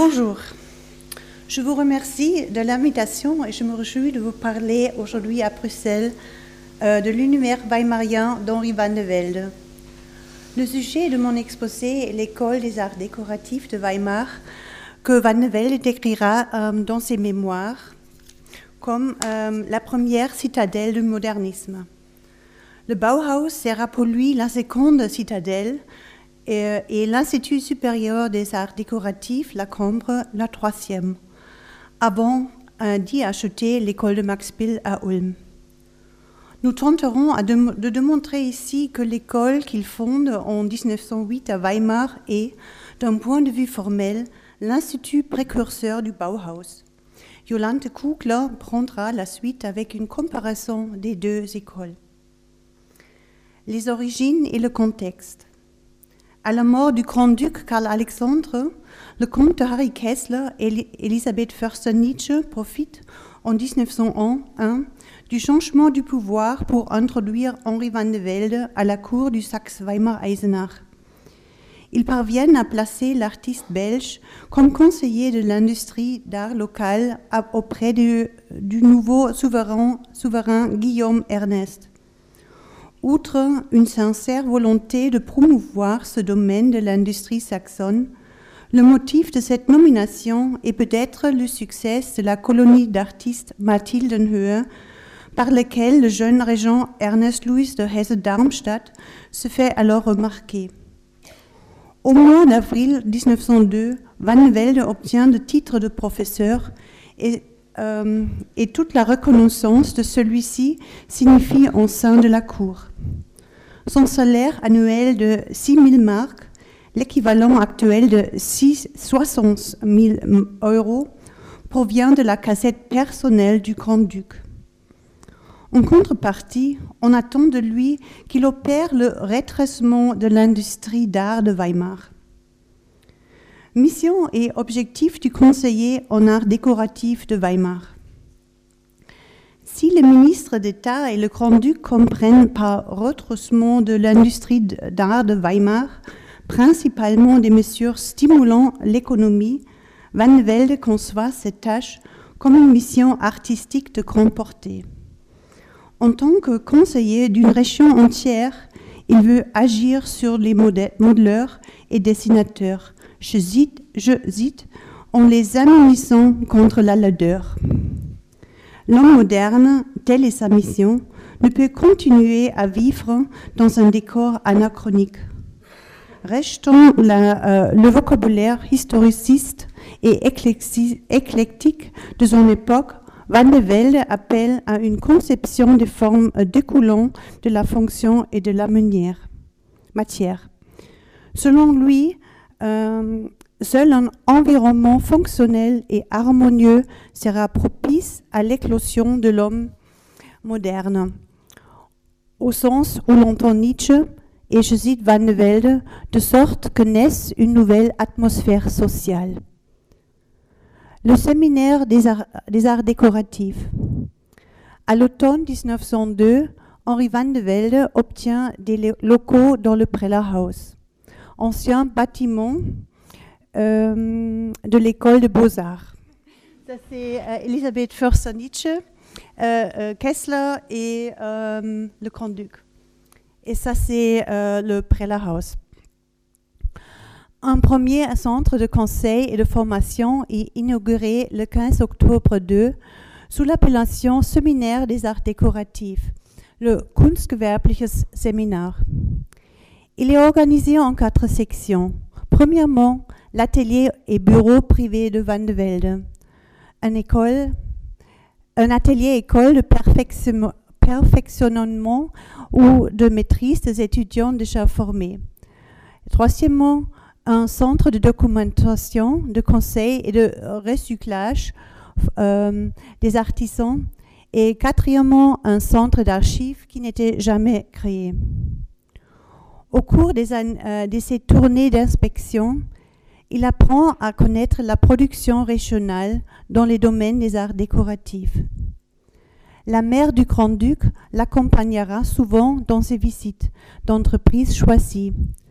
Bonjour, je vous remercie de l'invitation et je me réjouis de vous parler aujourd'hui à Bruxelles de l'univers weimarien d'Henri van de Velde. Le sujet de mon exposé est l'école des arts décoratifs de Weimar que Van de Velde décrira dans ses mémoires comme la première citadelle du modernisme. Le Bauhaus sera pour lui la seconde citadelle et l'Institut supérieur des arts décoratifs, la Cambre, la troisième, avant d'y acheter l'école de Max Bill à Ulm. Nous tenterons de démontrer ici que l'école qu'il fonde en 1908 à Weimar est, d'un point de vue formel, l'Institut précurseur du Bauhaus. Jolante Kugler prendra la suite avec une comparaison des deux écoles. Les origines et le contexte. À la mort du grand-duc Karl-Alexandre, le comte de Harry Kessler et Elisabeth Förster-Nietzsche profitent en 1901 du changement du pouvoir pour introduire Henri van de Velde à la cour du Saxe-Weimar-Eisenach. Ils parviennent à placer l'artiste belge comme conseiller de l'industrie d'art locale auprès du nouveau souverain Guillaume Ernest. Outre une sincère volonté de promouvoir ce domaine de l'industrie saxonne, le motif de cette nomination est peut-être le succès de la colonie d'artistes Mathildenhöhe, par laquelle le jeune régent Ernest Louis de Hesse-Darmstadt se fait alors remarquer. Au mois d'avril 1902, Van de Velde obtient le titre de professeur et toute la reconnaissance de celui-ci signifie au sein de la cour. Son salaire annuel de 6 000 marks, l'équivalent actuel de 60 000 euros, provient de la cassette personnelle du grand-duc. En contrepartie, on attend de lui qu'il opère le redressement de l'industrie d'art de Weimar. Mission et objectif du conseiller en art décoratif de Weimar. Si les ministres d'État et le grand-duc comprennent par redressement de l'industrie d'art de Weimar principalement des mesures stimulant l'économie, Van de Velde conçoit cette tâche comme une mission artistique de grande portée. En tant que conseiller d'une région entière, il veut agir sur les modeleurs et dessinateurs, je cite, en les amenuisant contre la laideur. L'homme moderne, telle est sa mission, ne peut continuer à vivre dans un décor anachronique. Rejetant le vocabulaire historiciste et éclectique de son époque, Van de Velde appelle à une conception des formes découlant de la fonction et de la matière. Selon lui, seul un environnement fonctionnel et harmonieux sera propice à l'éclosion de l'homme moderne, au sens où l'entend Nietzsche, et je cite Van de Velde, de sorte que naisse une nouvelle atmosphère sociale. Le séminaire des arts décoratifs. À l'automne 1902, Henri van de Velde obtient des locaux dans le Prellerhaus, ancien bâtiment de l'école de Beaux-Arts. Ça c'est Elisabeth Förster-Nietzsche, Kessler et le grand-duc. Et ça c'est le Prellerhaus. Un premier centre de conseil et de formation est inauguré le 15 octobre 2 sous l'appellation Séminaire des arts décoratifs, le Kunstgewerbliches Seminar. Il est organisé en 4 sections. Premièrement, l'atelier et bureau privé de Van de Velde, un atelier-école de perfectionnement ou de maîtrise des étudiants déjà formés. Troisièmement, un centre de documentation, de conseil et de recyclage des artisans. Et quatrièmement, un centre d'archives qui n'était jamais créé. Au cours de ces tournées d'inspection, il apprend à connaître la production régionale dans les domaines des arts décoratifs. La mère du grand-duc l'accompagnera souvent dans ses visites d'entreprises choisies.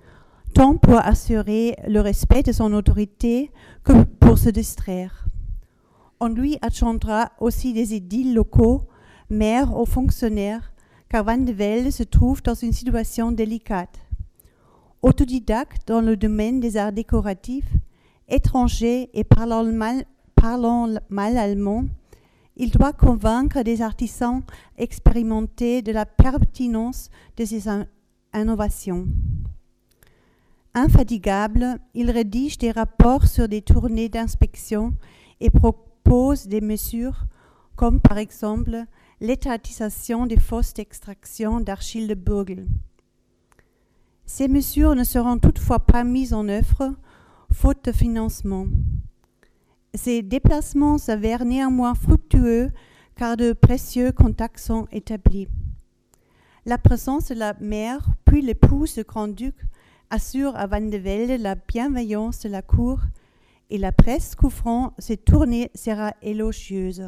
tant pour assurer le respect de son autorité que pour se distraire. On lui adjoindra aussi des édiles locaux, maires ou fonctionnaires, car Van de Velde se trouve dans une situation délicate. Autodidacte dans le domaine des arts décoratifs, étranger et parlant mal allemand, il doit convaincre des artisans expérimentés de la pertinence de ces innovations. Infatigable, il rédige des rapports sur des tournées d'inspection et propose des mesures comme par exemple l'étatisation des fosses d'extraction d'argile de Burgel. Ces mesures ne seront toutefois pas mises en œuvre faute de financement. Ces déplacements s'avèrent néanmoins fructueux car de précieux contacts sont établis. La présence de la mère puis l'épouse du grand-duc assure à Van de Velde la bienveillance de la cour et la presse couvrant ces tournées sera élogieuse.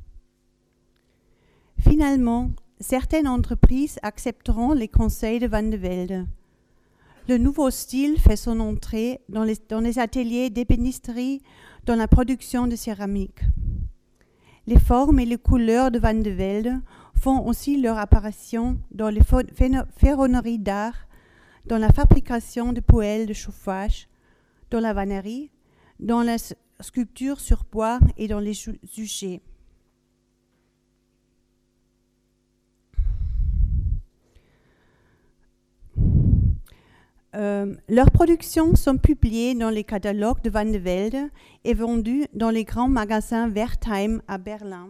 Finalement, certaines entreprises accepteront les conseils de Van de Velde. Le nouveau style fait son entrée dans les ateliers d'ébénisterie, dans la production de céramique. Les formes et les couleurs de Van de Velde font aussi leur apparition dans les ferronneries d'art, dans la fabrication de poêles de chauffage, dans la vannerie, dans la sculpture sur bois et dans les sujets. Leurs productions sont publiées dans les catalogues de Van de Velde et vendues dans les grands magasins Wertheim à Berlin.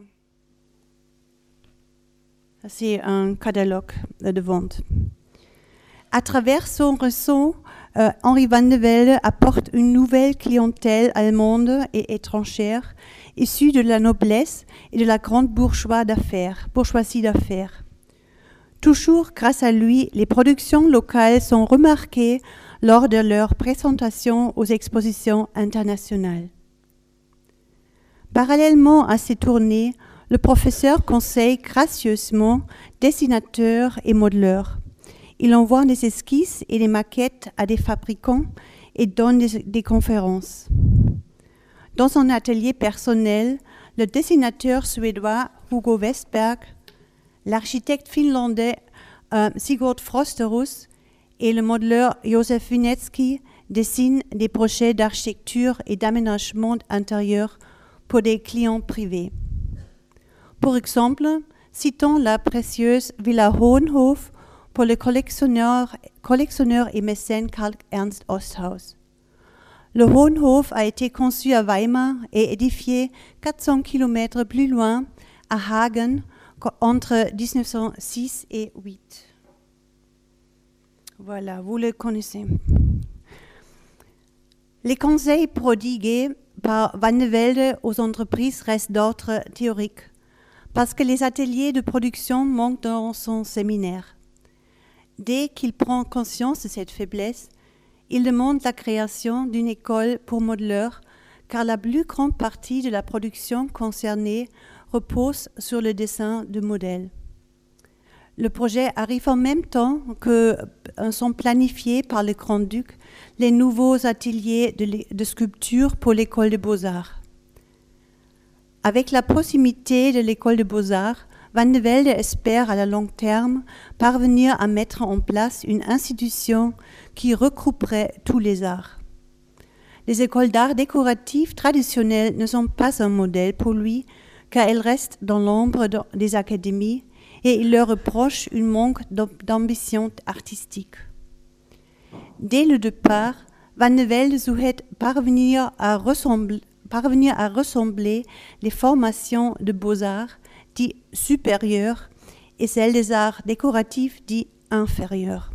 C'est un catalogue de vente. À travers son réseau, Henri Van de Velde apporte une nouvelle clientèle allemande et étrangère issue de la noblesse et de la grande bourgeoisie d'affaires. Toujours grâce à lui, les productions locales sont remarquées lors de leur présentation aux expositions internationales. Parallèlement à ces tournées, le professeur conseille gracieusement dessinateurs et modeleurs. Il envoie des esquisses et des maquettes à des fabricants et donne des conférences. Dans son atelier personnel, le dessinateur suédois Hugo Westberg, l'architecte finlandais Sigurd Frosterus et le modeleur Josef Winecki dessinent des projets d'architecture et d'aménagement intérieur pour des clients privés. Pour exemple, citons la précieuse Villa Hohenhof pour le collectionneur et mécène Karl Ernst Osthaus. Le Hohenhof a été conçu à Weimar et édifié 400 km plus loin, à Hagen, entre 1906 et 1908. Voilà, vous le connaissez. Les conseils prodigués par Van de Velde aux entreprises restent d'ordre théorique, parce que les ateliers de production manquent dans son séminaire. Dès qu'il prend conscience de cette faiblesse, il demande la création d'une école pour modeleurs, car la plus grande partie de la production concernée repose sur le dessin de modèles. Le projet arrive en même temps que sont planifiés par le Grand-Duc les nouveaux ateliers de sculpture pour l'école de Beaux-Arts. Avec la proximité de l'école de Beaux-Arts, Van de Velde espère à la long terme parvenir à mettre en place une institution qui regrouperait tous les arts. Les écoles d'art décoratifs traditionnelles ne sont pas un modèle pour lui, car elles restent dans l'ombre des académies et il leur reproche un manque d'ambition artistique. Dès le départ, Van de Velde souhaite parvenir à ressembler les formations de beaux-arts dits supérieures et celles des arts décoratifs dits inférieurs.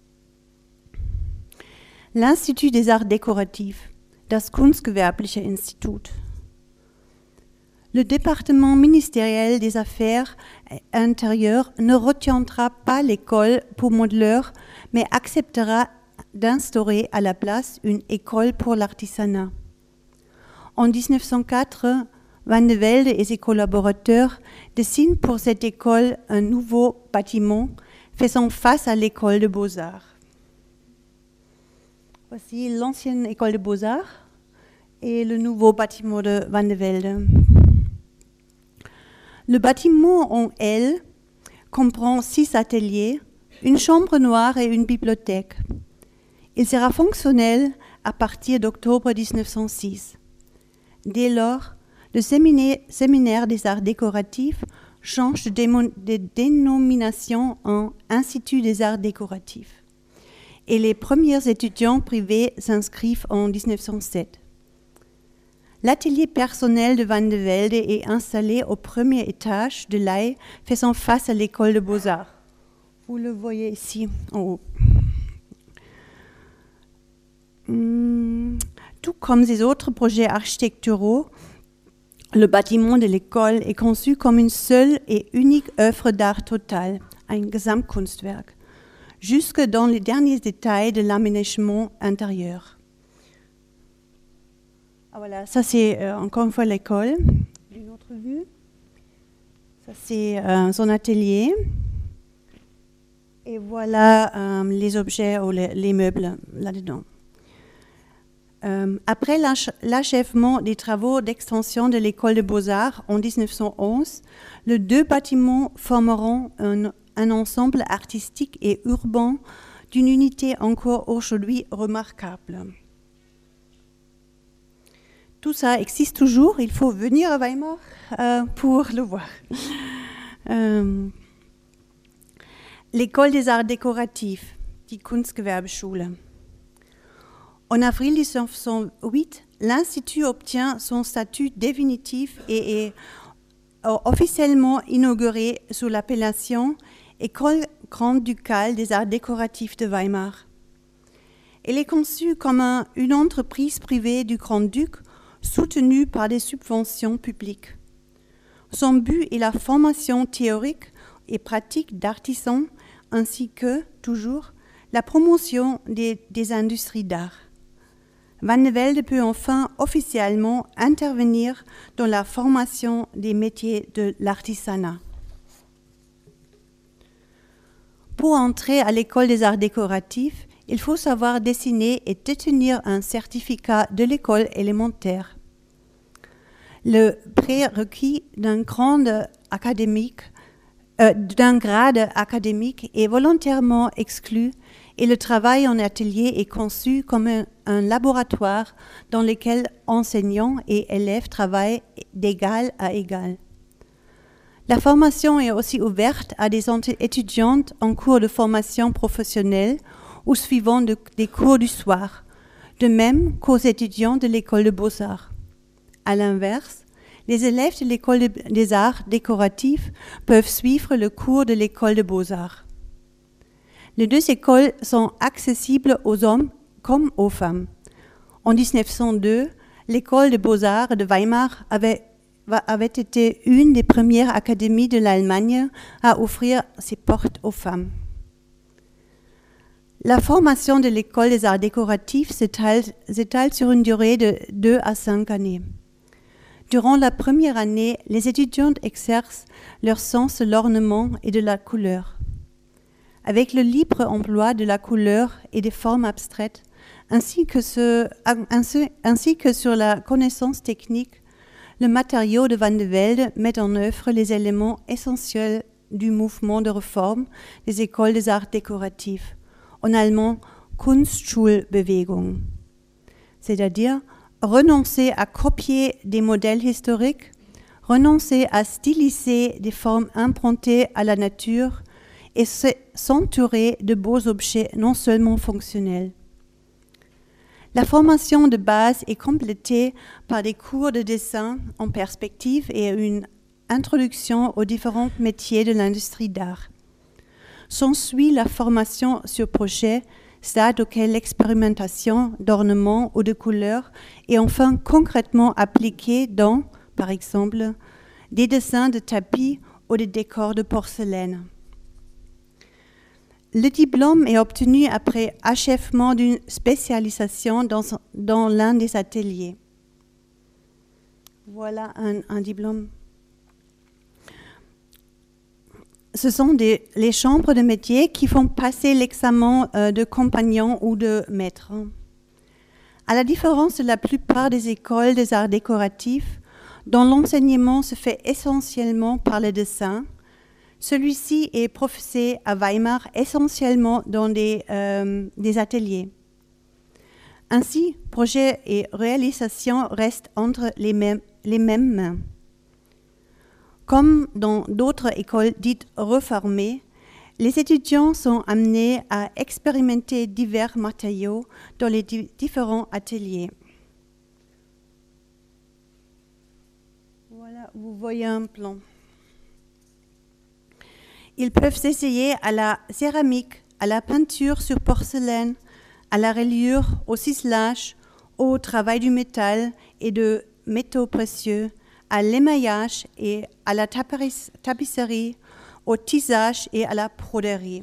L'Institut des Arts Décoratifs, das Kunstgewerbliche Institut. Le département ministériel des Affaires intérieures ne retiendra pas l'école pour modeleurs, mais acceptera d'instaurer à la place une école pour l'artisanat. En 1904, Van de Velde et ses collaborateurs dessinent pour cette école un nouveau bâtiment faisant face à l'école de Beaux-Arts. Voici l'ancienne école de beaux-arts et le nouveau bâtiment de Van de Velde. Le bâtiment en L comprend 6 ateliers, une chambre noire et une bibliothèque. Il sera fonctionnel à partir d'octobre 1906. Dès lors, le séminaire des arts décoratifs change de dénomination en Institut des arts décoratifs. Et les premiers étudiants privés s'inscrivent en 1907. L'atelier personnel de Van de Velde est installé au premier étage de l'AI, faisant face à l'école de beaux-arts. Vous le voyez ici en haut. Tout comme ses autres projets architecturaux, le bâtiment de l'école est conçu comme une seule et unique œuvre d'art totale, un Gesamtkunstwerk, jusque dans les derniers détails de l'aménagement intérieur. Ah, voilà, ça c'est encore une fois l'école. Une autre vue. Ça c'est son atelier. Et voilà les objets ou les meubles là-dedans. Après l'achèvement des travaux d'extension de l'école de beaux-arts en 1911, les 2 bâtiments formeront un ensemble artistique et urbain d'une unité encore aujourd'hui remarquable. Tout ça existe toujours, il faut venir à Weimar pour le voir. L'école des arts décoratifs, die Kunstgewerbeschule. En avril 1908, l'Institut obtient son statut définitif et est officiellement inauguré sous l'appellation École grand-ducale des arts décoratifs de Weimar. Elle est conçue comme une entreprise privée du Grand-Duc soutenue par des subventions publiques. Son but est la formation théorique et pratique d'artisans ainsi que, toujours, la promotion des industries d'art. Van de Velde peut enfin officiellement intervenir dans la formation des métiers de l'artisanat. Pour entrer à l'école des arts décoratifs, il faut savoir dessiner et détenir un certificat de l'école élémentaire. Le prérequis d'un grade académique est volontairement exclu et le travail en atelier est conçu comme un laboratoire dans lequel enseignants et élèves travaillent d'égal à égal. La formation est aussi ouverte à des étudiantes en cours de formation professionnelle ou suivant des cours du soir, de même qu'aux étudiants de l'école de beaux-arts. À l'inverse, les élèves de l'école des arts décoratifs peuvent suivre le cours de l'école de beaux-arts. Les 2 écoles sont accessibles aux hommes comme aux femmes. En 1902, l'école de beaux-arts de Weimar avait été une des premières académies de l'Allemagne à offrir ses portes aux femmes. La formation de l'école des arts décoratifs s'étale sur une durée de 2 à 5 années. Durant la première année, les étudiantes exercent leur sens de l'ornement et de la couleur. Avec le libre emploi de la couleur et des formes abstraites, ainsi que sur la connaissance technique, le matériau de Van de Velde met en œuvre les éléments essentiels du mouvement de réforme des écoles des arts décoratifs, en allemand Kunstschulbewegung, c'est-à-dire renoncer à copier des modèles historiques, renoncer à styliser des formes empruntées à la nature et s'entourer de beaux objets non seulement fonctionnels. La formation de base est complétée par des cours de dessin en perspective et une introduction aux différents métiers de l'industrie d'art. S'ensuit la formation sur projet, stade auquel l'expérimentation d'ornements ou de couleurs est enfin concrètement appliquée dans, par exemple, des dessins de tapis ou des décors de porcelaine. Le diplôme est obtenu après achèvement d'une spécialisation dans l'un des ateliers. Voilà un diplôme. Ce sont les chambres de métier qui font passer l'examen de compagnon ou de maître. À la différence de la plupart des écoles des arts décoratifs, dont l'enseignement se fait essentiellement par le dessin, celui-ci est professé à Weimar essentiellement dans des ateliers. Ainsi, projet et réalisation restent entre les mêmes mains. Comme dans d'autres écoles dites reformées, les étudiants sont amenés à expérimenter divers matériaux dans les différents ateliers. Voilà, vous voyez un plan. Ils peuvent s'essayer à la céramique, à la peinture sur porcelaine, à la reliure, au ciselage, au travail du métal et de métaux précieux, à l'émaillage et à la tapisserie, au tissage et à la broderie.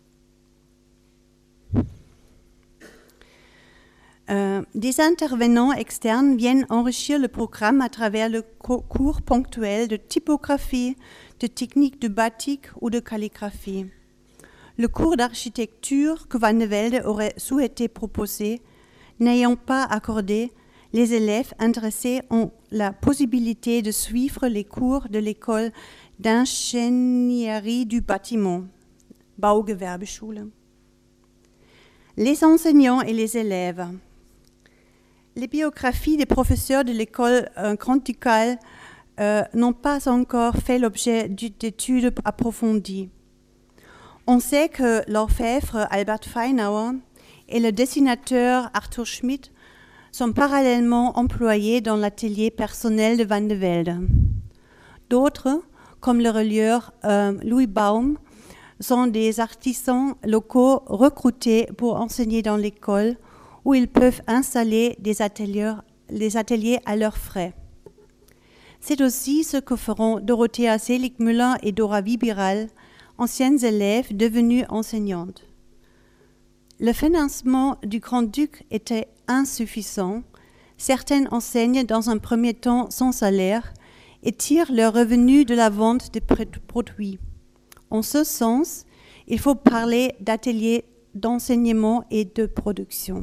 Des intervenants externes viennent enrichir le programme à travers le cours ponctuel de typographie, de technique de batik ou de calligraphie. Le cours d'architecture que Van de Velde aurait souhaité proposer, n'ayant pas accordé, les élèves intéressés ont la possibilité de suivre les cours de l'école d'ingénierie du bâtiment, Baugewerbeschule. Les enseignants et les élèves. Les biographies des professeurs de l'école Grand Ducale n'ont pas encore fait l'objet d'études approfondies. On sait que l'orfèvre Albert Feinauer et le dessinateur Arthur Schmidt sont parallèlement employés dans l'atelier personnel de Van de Velde. D'autres, comme le relieur Louis Baum, sont des artisans locaux recrutés pour enseigner dans l'école où ils peuvent installer les ateliers à leurs frais. C'est aussi ce que feront Dorothea Seligmüller et Dora Wibiral, anciennes élèves devenues enseignantes. Le financement du Grand-Duc était insuffisant. Certaines enseignent dans un premier temps sans salaire et tirent leurs revenus de la vente des produits. En ce sens, il faut parler d'ateliers d'enseignement et de production.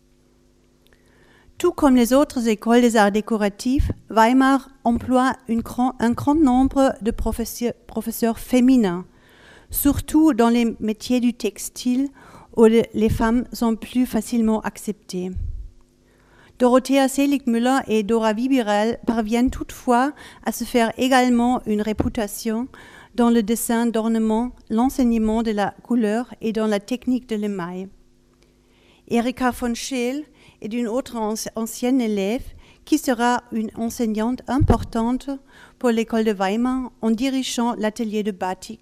Tout comme les autres écoles des arts décoratifs, Weimar emploie un grand nombre de professeurs féminins, surtout dans les métiers du textile où les femmes sont plus facilement acceptées. Dorothea Seligmüller et Dora Wibiral parviennent toutefois à se faire également une réputation dans le dessin d'ornement, l'enseignement de la couleur et dans la technique de l'émail. Erika von Scheel est une autre ancienne élève qui sera une enseignante importante pour l'école de Weimar en dirigeant l'atelier de batik.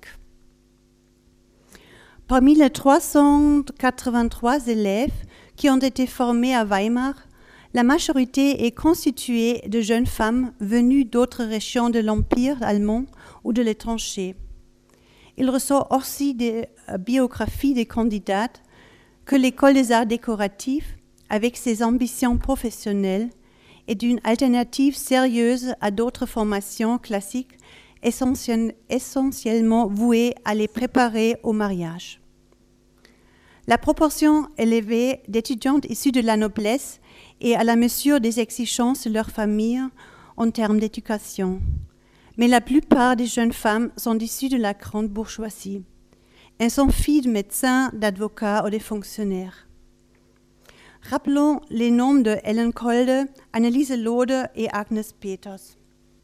Parmi les 383 élèves qui ont été formés à Weimar, la majorité est constituée de jeunes femmes venues d'autres régions de l'Empire allemand ou de l'étranger. Il ressort aussi des biographies des candidates que l'école des arts décoratifs, avec ses ambitions professionnelles, est une alternative sérieuse à d'autres formations classiques essentiellement vouées à les préparer au mariage. La proportion élevée d'étudiantes issues de la noblesse est à la mesure des exigences de leur famille en termes d'éducation. Mais la plupart des jeunes femmes sont issues de la grande bourgeoisie. Elles sont filles de médecins, d'avocats ou de fonctionnaires. Rappelons les noms de Ellen Kolde, Anneliese Lode et Agnes Peters.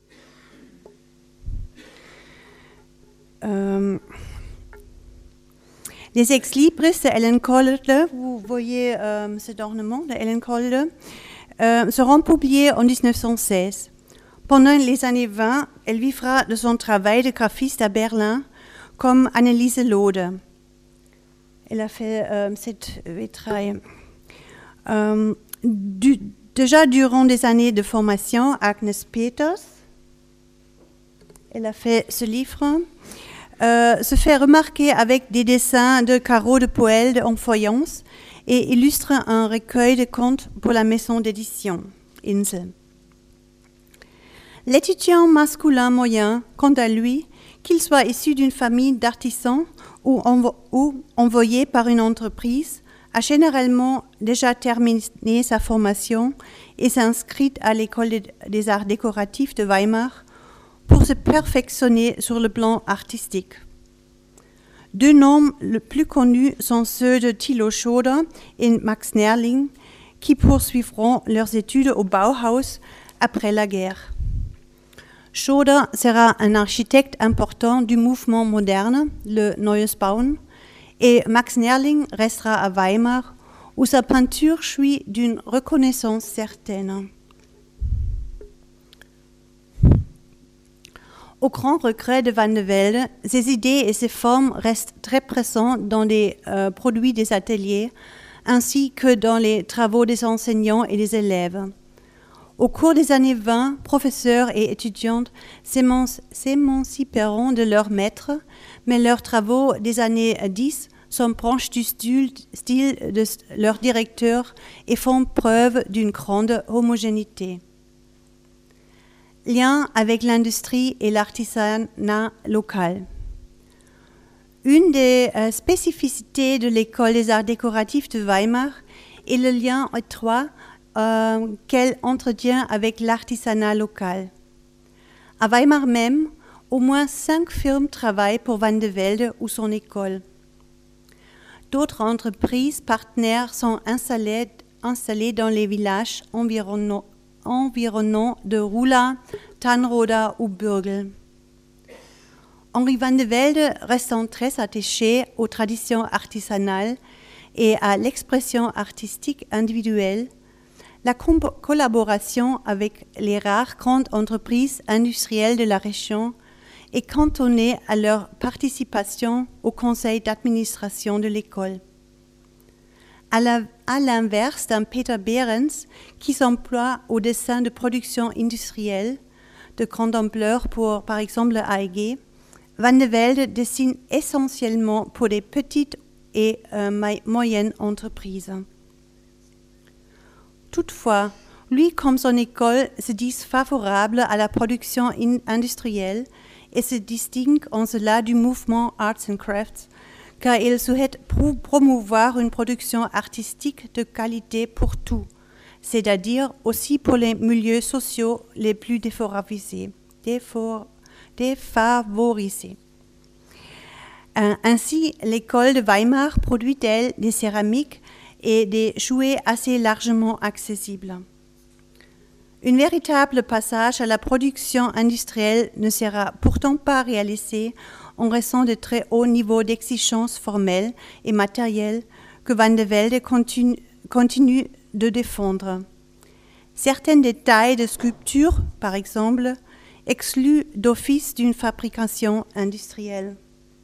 Les ex-libris de Ellen Kolde, vous voyez cet ornement de Ellen Kolde, seront publiés en 1916. Pendant les années 20, elle vivra de son travail de graphiste à Berlin comme Anneliese Lode. Elle a fait cette vitraille. Déjà durant des années de formation, Agnes Peters, elle a fait ce livre, se fait remarquer avec des dessins de carreaux de poêle en faïence et illustre un recueil de contes pour la maison d'édition, Insel. L'étudiant masculin moyen, quant à lui, qu'il soit issu d'une famille d'artisans ou envoyé par une entreprise, a généralement déjà terminé sa formation et s'inscrit à l'école des arts décoratifs de Weimar pour se perfectionner sur le plan artistique. Deux noms les plus connus sont ceux de Thilo Schoder et Max Nerling, qui poursuivront leurs études au Bauhaus après la guerre. Schoder sera un architecte important du mouvement moderne, le Neues Bauen, et Max Nerling restera à Weimar, où sa peinture jouit d'une reconnaissance certaine. Au grand regret de Van de Velde, ses idées et ses formes restent très présentes dans les produits des ateliers, ainsi que dans les travaux des enseignants et des élèves. Au cours des années 20, professeurs et étudiants s'émanciperont de leurs maîtres, mais leurs travaux des années 10 sont proches du style de leur directeur et font preuve d'une grande homogénéité. Lien avec l'industrie et l'artisanat local. Une des spécificités de l'école des arts décoratifs de Weimar est le lien étroit qu'elle entretient avec l'artisanat local. À Weimar même, au moins 5 firmes travaillent pour Van de Velde ou son école. D'autres entreprises partenaires sont installées dans les villages environnants de Rula, Tanroda ou Bürgel. Henri Van de Velde restant très attaché aux traditions artisanales et à l'expression artistique individuelle, la collaboration avec les rares grandes entreprises industrielles de la région est cantonnée à leur participation au conseil d'administration de l'école. À l'inverse d'un Peter Behrens qui s'emploie au dessin de production industrielle de grande ampleur pour, par exemple, AEG, Van de Velde dessine essentiellement pour des petites et moyennes entreprises. Toutefois, lui comme son école se disent favorables à la production industrielle et se distinguent en cela du mouvement Arts and Crafts, car il souhaite promouvoir une production artistique de qualité pour tout, c'est-à-dire aussi pour les milieux sociaux les plus défavorisés. Ainsi, l'école de Weimar produit-elle des céramiques et des jouets assez largement accessibles. Un véritable passage à la production industrielle ne sera pourtant pas réalisé en raison de très hauts niveaux d'exigence formelle et matérielle que Van de Velde continue de défendre. Certains détails de sculpture, par exemple, excluent d'office d'une fabrication industrielle.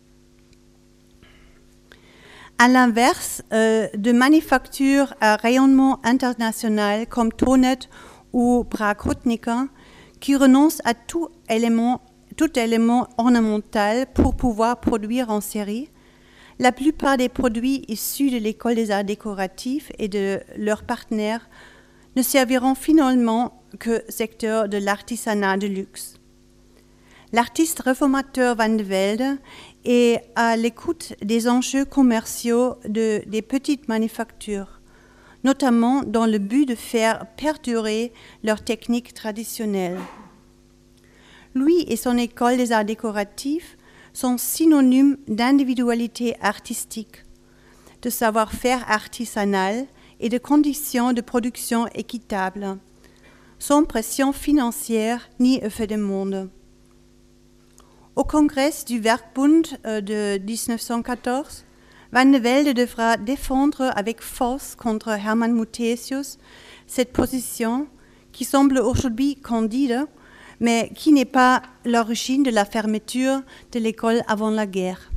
À l'inverse, de manufactures à rayonnement international comme Tonet ou Bragg-Hutnicker, qui renoncent à tout élément ornemental pour pouvoir produire en série, la plupart des produits issus de l'école des arts décoratifs et de leurs partenaires ne serviront finalement que secteur de l'artisanat de luxe. L'artiste réformateur Van de Velde est à l'écoute des enjeux commerciaux des petites manufactures, notamment dans le but de faire perdurer leurs techniques traditionnelles. Lui et son école des arts décoratifs sont synonymes d'individualité artistique, de savoir-faire artisanal et de conditions de production équitables, sans pression financière ni effet de monde. Au congrès du Werkbund de 1914, Van de Velde devra défendre avec force contre Hermann Muthesius cette position qui semble aujourd'hui candide, mais qui n'est pas l'origine de la fermeture de l'école avant la guerre.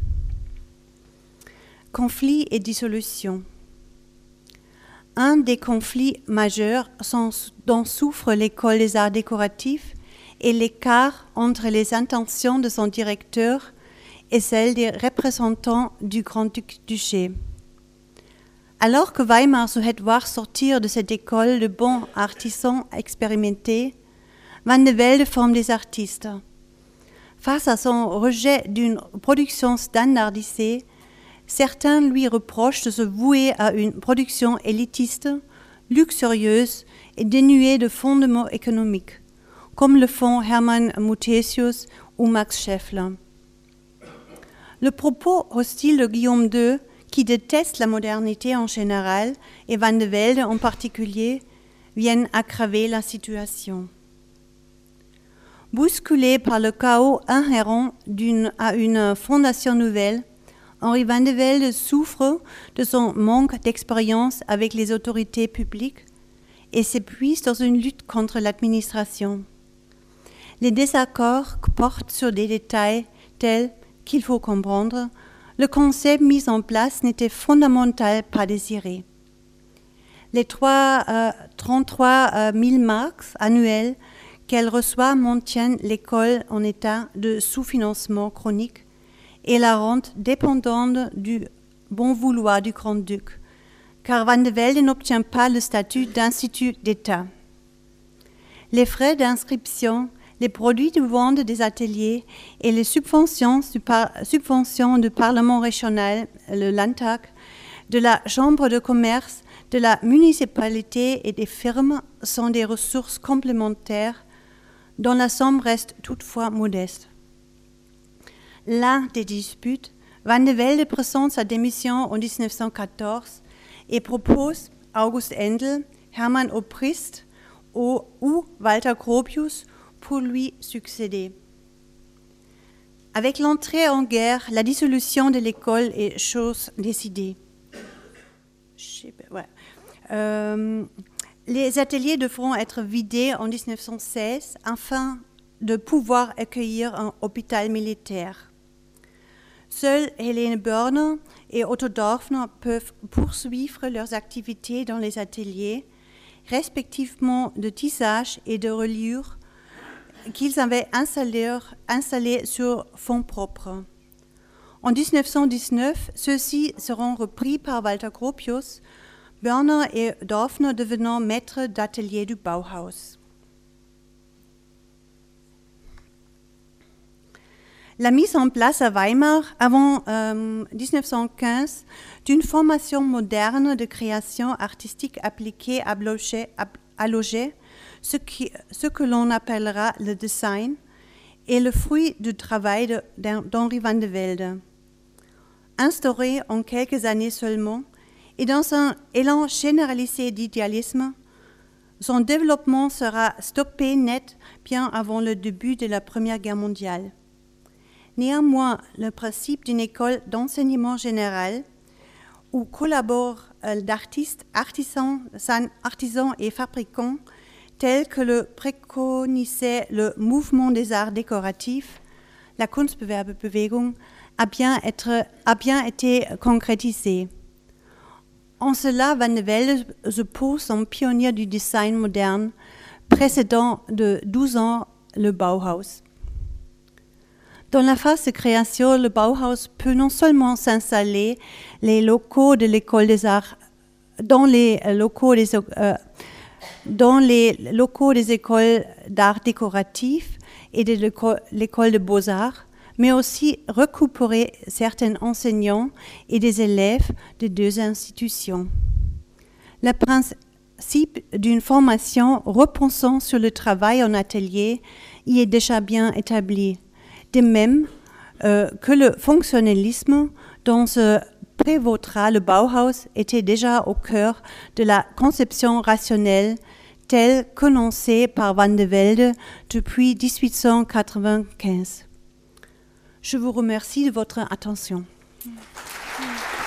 Conflits et dissolution. Un des conflits majeurs dont souffre l'école des arts décoratifs est l'écart entre les intentions de son directeur et celles des représentants du Grand-Duché. Alors que Weimar souhaite voir sortir de cette école de bons artisans expérimentés, Van de Velde forme des artistes. Face à son rejet d'une production standardisée, certains lui reprochent de se vouer à une production élitiste, luxurieuse et dénuée de fondements économiques, comme le font Hermann Muthesius ou Max Scheffler. Le propos hostile de Guillaume II, qui déteste la modernité en général et Van de Velde en particulier, viennent aggraver la situation. Bousculé par le chaos inhérent à une fondation nouvelle, Henri Van de Velde souffre de son manque d'expérience avec les autorités publiques et s'épuise dans une lutte contre l'administration. Les désaccords portent sur des détails tels qu'il faut comprendre, le concept mis en place n'était fondamental pas désiré. Les 33 000 marks annuels qu'elle reçoit maintiennent l'école en état de sous-financement chronique et la rente dépendante du bon vouloir du grand-duc, car Van de Velde n'obtient pas le statut d'institut d'État. Les frais d'inscription, les produits de vente des ateliers et les subventions du Parlement régional, le Landtag, de la Chambre de commerce, de la municipalité et des firmes sont des ressources complémentaires dont la somme reste toutefois modeste. Là des disputes, Van de Velde présente sa démission en 1914 et propose August Endel, Hermann Obrist ou Walter Gropius pour lui succéder. Avec l'entrée en guerre, la dissolution de l'école est chose décidée. Les ateliers devront être vidés en 1916 afin de pouvoir accueillir un hôpital militaire. Seuls Helene Börner et Otto Dorfner peuvent poursuivre leurs activités dans les ateliers, respectivement de tissage et de reliure, qu'ils avaient installés sur fonds propres. En 1919, ceux-ci seront repris par Walter Gropius, Börner et Dorfner devenant maîtres d'atelier du Bauhaus. La mise en place à Weimar, avant 1915, d'une formation moderne de création artistique appliquée à loger, ce que l'on appellera le design, est le fruit du travail d'Henri Van de Velde. Instauré en quelques années seulement, et dans un élan généralisé d'idéalisme, son développement sera stoppé net bien avant le début de la Première Guerre mondiale. Néanmoins, le principe d'une école d'enseignement général où collaborent d'artistes, artisans et fabricants, tel que le préconisait le mouvement des arts décoratifs, la Kunstgewerbebewegung, a bien été concrétisé. En cela, Van de Velde se pose en pionnier du design moderne, précédant de 12 ans le Bauhaus. Dans la phase de création, le Bauhaus peut non seulement s'installer dans les locaux des écoles d'art décoratif et de l'école de beaux-arts, mais aussi récupérer certains enseignants et des élèves de deux institutions. Le principe d'une formation reposant sur le travail en atelier y est déjà bien établi, de même que le fonctionnalisme dont se prévaudra le Bauhaus était déjà au cœur de la conception rationnelle telle qu'annoncée par Van de Velde depuis 1895. Je vous remercie de votre attention.